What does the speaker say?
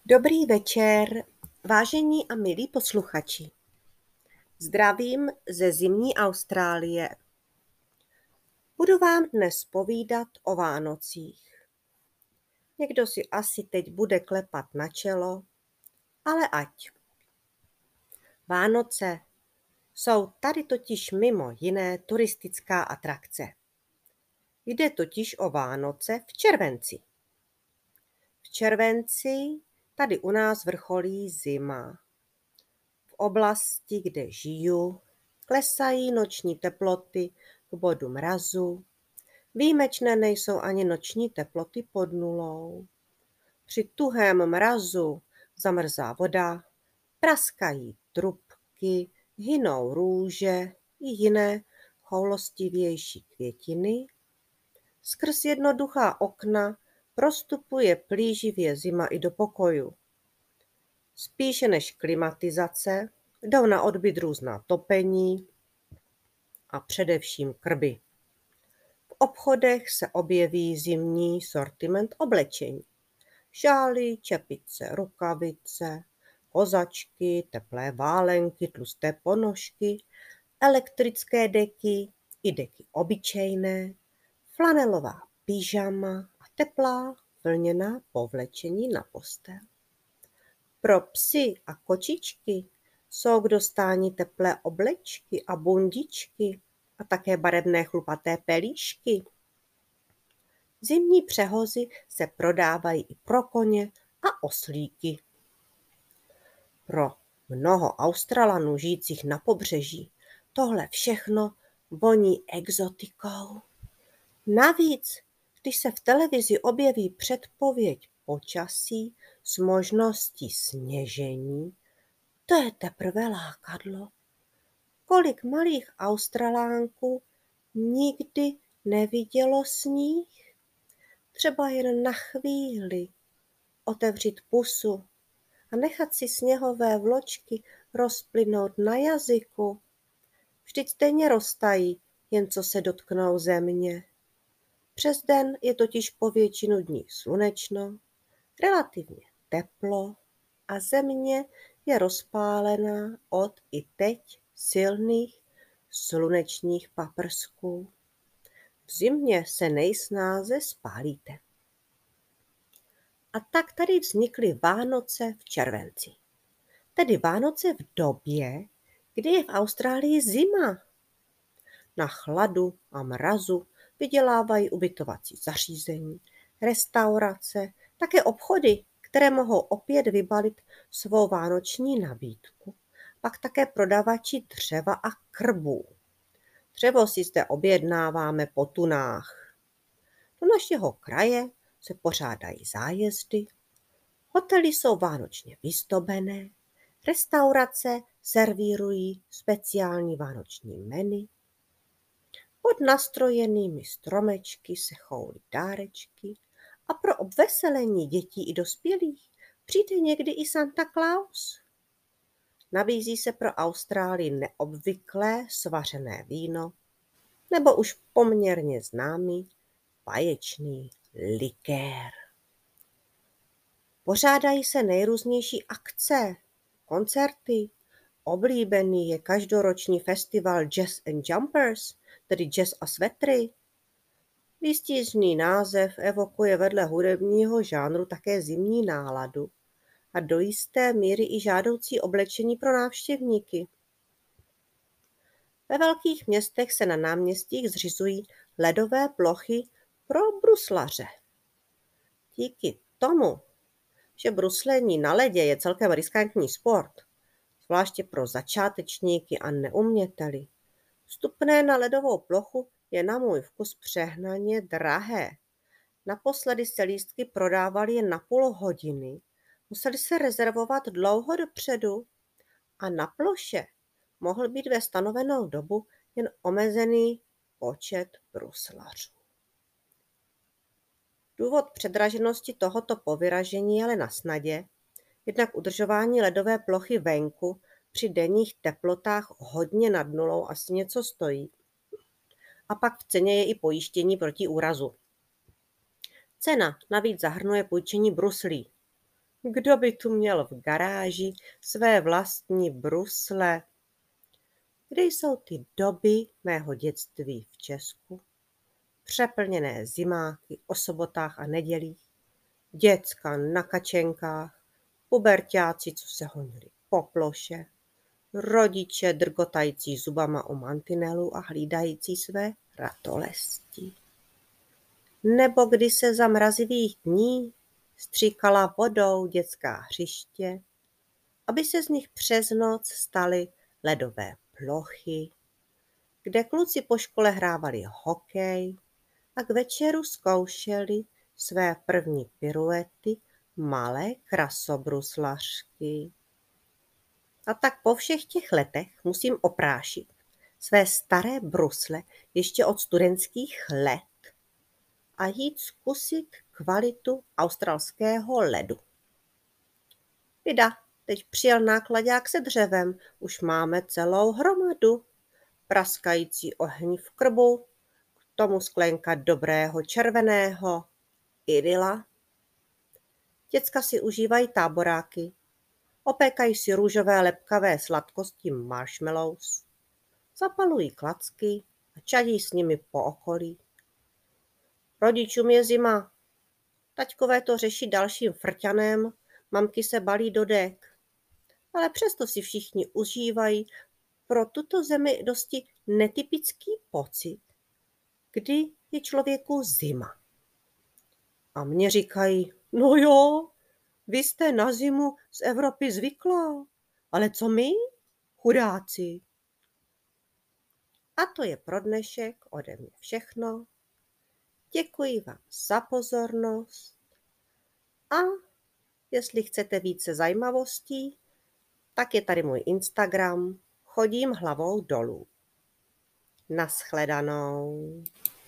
Dobrý večer, vážení a milí posluchači. Zdravím ze zimní Austrálie. Budu vám dnes povídat o Vánocích. Někdo si asi teď bude klepat na čelo, ale ať. Vánoce jsou tady totiž mimo jiné turistická atrakce. Jde totiž o Vánoce v červenci. V červenci tady u nás vrcholí zima. V oblasti, kde žiju, klesají noční teploty k bodu mrazu. Výjimečné nejsou ani noční teploty pod nulou. Při tuhém mrazu zamrzá voda, praskají trubky, hynou růže i jiné choulostivější květiny. Skrz jednoduchá okna prostupuje plíživě zima i do pokoju. Spíše než klimatizace jdou na odbyt různá topení a především krby. V obchodech se objeví zimní sortiment oblečení. Šály, čepice, rukavice, kozačky, teplé válenky, tlusté ponožky, elektrické deky i deky obyčejné, flanelová pyžama a teplá vlněná povlečení na postel. Pro psy a kočičky jsou k dostání teplé oblečky a bundičky a také barevné chlupaté pelíšky. Zimní přehozy se prodávají i pro koně a oslíky. Pro mnoho Australanů žijících na pobřeží tohle všechno voní exotikou. Navíc, když se v televizi objeví předpověď počasí s možností sněžení, to je teprve lákadlo. Kolik malých Australánků nikdy nevidělo sníh? Třeba jen na chvíli otevřít pusu a nechat si sněhové vločky rozplynout na jazyku. Vždyť stejně roztají, jen co se dotknou země. Přes den je totiž po většinu dní slunečno, relativně teplo a země je rozpálená od i teď silných slunečních paprsků. V zimě se nejsnáze spálíte. A tak tady vznikly Vánoce v červenci. Tedy Vánoce v době, kdy je v Austrálii zima. Na chladu a mrazu vydělávají ubytovací zařízení, restaurace, také obchody, které mohou opět vybalit svou vánoční nabídku. Pak také prodavači dřeva a krbů. Dřevo si zde objednáváme po tunách. Do našeho kraje se pořádají zájezdy, hotely jsou vánočně vyzdobené, restaurace servírují speciální vánoční menu, pod nastrojenými stromečky se choulí dárečky a pro obveselení dětí i dospělých přijde někdy i Santa Claus. Nabízí se pro Austrálii neobvyklé svařené víno nebo už poměrně známý báječný likér. Pořádají se nejrůznější akce, koncerty. Oblíbený je každoroční festival Jazz and Jumpers, tedy jazz a svetry. Výstižný název evokuje vedle hudebního žánru také zimní náladu a do jisté míry i žádoucí oblečení pro návštěvníky. Ve velkých městech se na náměstích zřizují ledové plochy pro bruslaře. Díky tomu, že bruslení na ledě je celkem riskantní sport, zvláště pro začátečníky a neuměteli, vstupné na ledovou plochu je na můj vkus přehnaně drahé. Naposledy se lístky prodávaly jen na půl hodiny, museli se rezervovat dlouho dopředu a na ploše mohl být ve stanovenou dobu jen omezený počet bruslařů. Důvod předraženosti tohoto povyražení je ale na snadě, jednak udržování ledové plochy venku při denních teplotách hodně nad nulou asi něco stojí. A pak v ceně je i pojištění proti úrazu. Cena navíc zahrnuje půjčení bruslí. Kdo by tu měl v garáži své vlastní brusle? Kde jsou ty doby mého dětství v Česku? Přeplněné zimáky o sobotách a nedělích, děcka na kačenkách, puberťáci, co se honili po ploše, rodiče drgotající zubama o mantinelu a hlídající své ratolesti. Nebo kdy se za mrazivých dní stříkala vodou dětská hřiště, aby se z nich přes noc staly ledové plochy, kde kluci po škole hrávali hokej a k večeru zkoušeli své první piruety malé krasobruslařky. A tak po všech těch letech musím oprášit své staré brusle ještě od studentských let a jít zkusit kvalitu australského ledu. Vida, teď přijel náklaďák se dřevem, už máme celou hromadu. Praskající oheň v krbu, k tomu sklenka dobrého červeného idyla. Děcka si užívají táboráky, opékají si růžové lepkavé sladkosti marshmallows, zapalují klacky a čadí s nimi po okolí. Rodičům je zima, taťkové to řeší dalším frťanem, mamky se balí do dek, ale přesto si všichni užívají pro tuto zemi dosti netypický pocit, kdy je člověku zima. A mně říkají, no jo, vy jste na zimu z Evropy zvyklá, ale co my, chudáci? A to je pro dnešek ode mě všechno. Děkuji vám za pozornost a jestli chcete více zajímavostí, tak je tady můj Instagram, chodím hlavou dolů. Naschledanou.